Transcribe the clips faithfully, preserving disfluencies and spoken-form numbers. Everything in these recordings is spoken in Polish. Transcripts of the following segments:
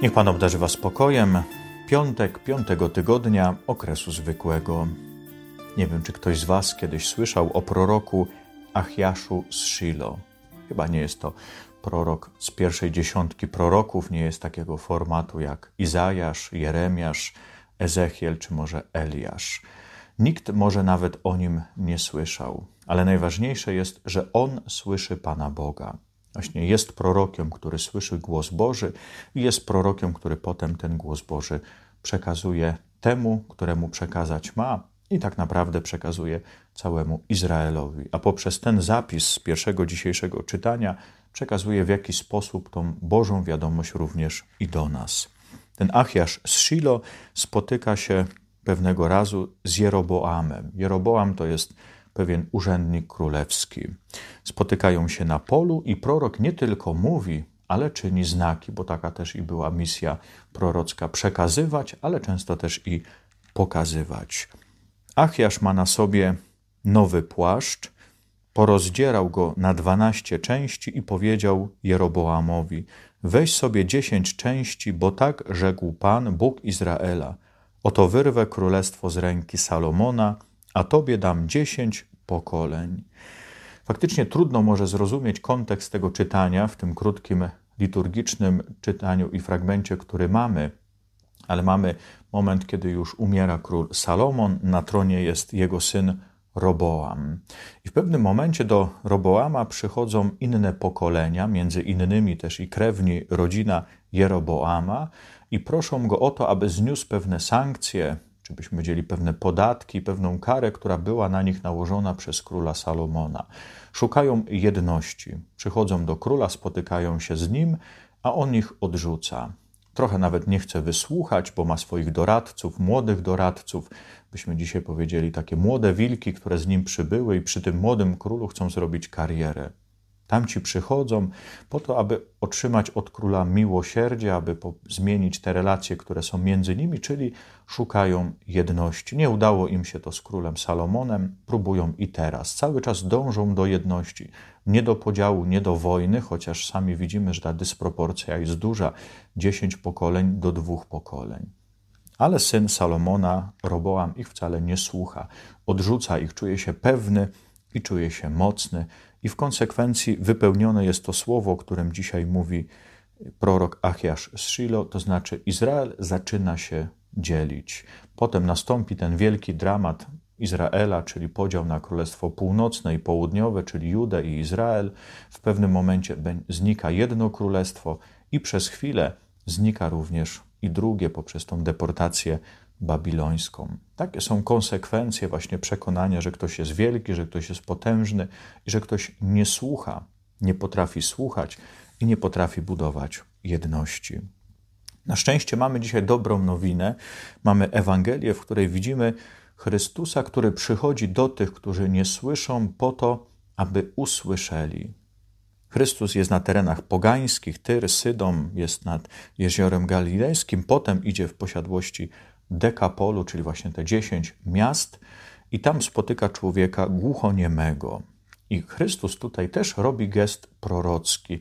Niech Pan obdarzy Was spokojem. Piątek, piątego tygodnia okresu zwykłego. Nie wiem, czy ktoś z Was kiedyś słyszał o proroku Achiaszu z Shilo. Chyba nie jest to prorok z pierwszej dziesiątki proroków, nie jest takiego formatu jak Izajasz, Jeremiasz, Ezechiel czy może Eliasz. Nikt może nawet o nim nie słyszał, ale najważniejsze jest, że on słyszy Pana Boga. Właśnie jest prorokiem, który słyszy głos Boży i jest prorokiem, który potem ten głos Boży przekazuje temu, któremu przekazać ma i tak naprawdę przekazuje całemu Izraelowi. A poprzez ten zapis z pierwszego dzisiejszego czytania przekazuje w jakiś sposób tą Bożą wiadomość również i do nas. Ten Achiasz z Shilo spotyka się pewnego razu z Jeroboamem. Jeroboam to jest pewien urzędnik królewski. Spotykają się na polu i prorok nie tylko mówi, ale czyni znaki, bo taka też i była misja prorocka, przekazywać, ale często też i pokazywać. Achiasz ma na sobie nowy płaszcz, porozdzierał go na dwanaście części i powiedział Jeroboamowi: weź sobie dziesięć części, bo tak rzekł Pan, Bóg Izraela. Oto wyrwę królestwo z ręki Salomona, a tobie dam dziesięć pokoleń. Faktycznie trudno może zrozumieć kontekst tego czytania w tym krótkim liturgicznym czytaniu i fragmencie, który mamy, ale mamy moment, kiedy już umiera król Salomon, na tronie jest jego syn Roboam. I w pewnym momencie do Roboama przychodzą inne pokolenia, między innymi też i krewni, rodzina Jeroboama, i proszą go o to, aby zniósł pewne sankcje, czy byśmy powiedzieli pewne podatki, pewną karę, która była na nich nałożona przez króla Salomona. Szukają jedności. Przychodzą do króla, spotykają się z nim, a on ich odrzuca. Trochę nawet nie chce wysłuchać, bo ma swoich doradców, młodych doradców. Byśmy dzisiaj powiedzieli takie młode wilki, które z nim przybyły i przy tym młodym królu chcą zrobić karierę. Tamci przychodzą po to, aby otrzymać od króla miłosierdzie, aby zmienić te relacje, które są między nimi, czyli szukają jedności. Nie udało im się to z królem Salomonem, próbują i teraz. Cały czas dążą do jedności, nie do podziału, nie do wojny, chociaż sami widzimy, że ta dysproporcja jest duża, dziesięć pokoleń do dwóch pokoleń. Ale syn Salomona, Roboam, ich wcale nie słucha, odrzuca ich, czuje się pewny i czuje się mocny. I w konsekwencji wypełnione jest to słowo, o którym dzisiaj mówi prorok Achiasz z Shilo, to znaczy Izrael zaczyna się dzielić. Potem nastąpi ten wielki dramat Izraela, czyli podział na Królestwo Północne i Południowe, czyli Judę i Izrael. W pewnym momencie znika jedno królestwo i przez chwilę znika również i drugie poprzez tą deportację babilońską. Takie są konsekwencje właśnie przekonania, że ktoś jest wielki, że ktoś jest potężny i że ktoś nie słucha, nie potrafi słuchać i nie potrafi budować jedności. Na szczęście mamy dzisiaj dobrą nowinę. Mamy Ewangelię, w której widzimy Chrystusa, który przychodzi do tych, którzy nie słyszą, po to, aby usłyszeli. Chrystus jest na terenach pogańskich, Tyr, Sydom, jest nad Jeziorem Galilejskim, potem idzie w posiadłości Dekapolu, czyli właśnie te dziesięć miast, i tam spotyka człowieka głuchoniemego. I Chrystus tutaj też robi gest prorocki.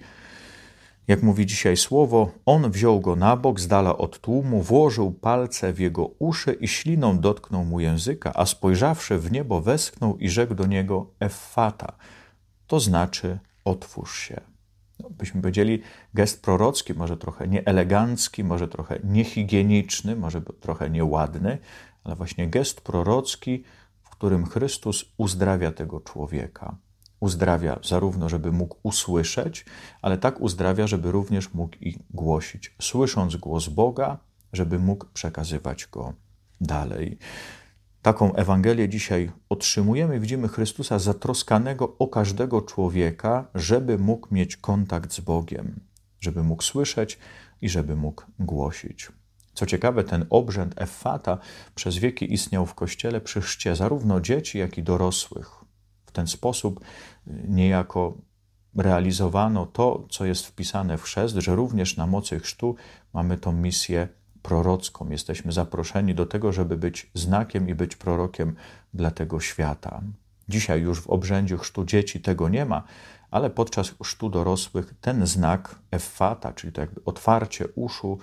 Jak mówi dzisiaj słowo, on wziął go na bok, z dala od tłumu, włożył palce w jego uszy i śliną dotknął mu języka, a spojrzawszy w niebo, westchnął i rzekł do niego Effata, to znaczy otwórz się. No, byśmy powiedzieli, gest prorocki, może trochę nieelegancki, może trochę niehigieniczny, może trochę nieładny, ale właśnie gest prorocki, w którym Chrystus uzdrawia tego człowieka. Uzdrawia zarówno, żeby mógł usłyszeć, ale tak uzdrawia, żeby również mógł i głosić, słysząc głos Boga, żeby mógł przekazywać go dalej. Taką Ewangelię dzisiaj otrzymujemy. Widzimy Chrystusa zatroskanego o każdego człowieka, żeby mógł mieć kontakt z Bogiem, żeby mógł słyszeć i żeby mógł głosić. Co ciekawe, ten obrzęd Effata przez wieki istniał w Kościele przy chrzcie zarówno dzieci, jak i dorosłych. W ten sposób niejako realizowano to, co jest wpisane w chrzest, że również na mocy chrztu mamy tą misję prorocką. Jesteśmy zaproszeni do tego, żeby być znakiem i być prorokiem dla tego świata. Dzisiaj już w obrzędzie chrztu dzieci tego nie ma, ale podczas chrztu dorosłych ten znak Effata, czyli to jakby otwarcie uszu,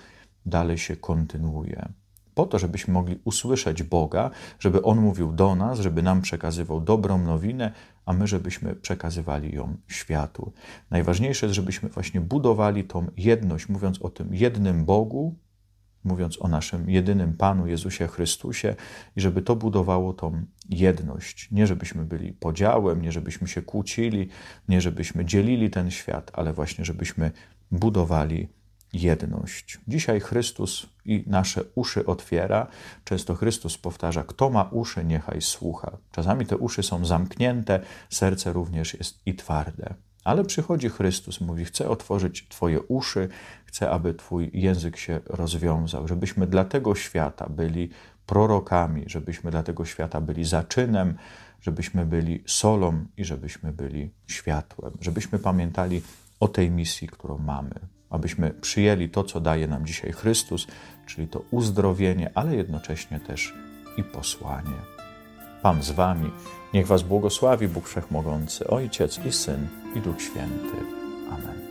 dalej się kontynuuje. Po to, żebyśmy mogli usłyszeć Boga, żeby On mówił do nas, żeby nam przekazywał dobrą nowinę, a my żebyśmy przekazywali ją światu. Najważniejsze jest, żebyśmy właśnie budowali tą jedność, mówiąc o tym jednym Bogu, mówiąc o naszym jedynym Panu Jezusie Chrystusie i żeby to budowało tą jedność. Nie żebyśmy byli podziałem, nie żebyśmy się kłócili, nie żebyśmy dzielili ten świat, ale właśnie żebyśmy budowali jedność. Dzisiaj Chrystus i nasze uszy otwiera. Często Chrystus powtarza, kto ma uszy, niechaj słucha. Czasami te uszy są zamknięte, serce również jest i twarde. Ale przychodzi Chrystus, mówi, chcę otworzyć Twoje uszy, chcę, aby Twój język się rozwiązał, żebyśmy dla tego świata byli prorokami, żebyśmy dla tego świata byli zaczynem, żebyśmy byli solą i żebyśmy byli światłem, żebyśmy pamiętali o tej misji, którą mamy, abyśmy przyjęli to, co daje nam dzisiaj Chrystus, czyli to uzdrowienie, ale jednocześnie też i posłanie. Pan z wami, niech was błogosławi Bóg Wszechmogący, Ojciec i Syn i Duch Święty. Amen.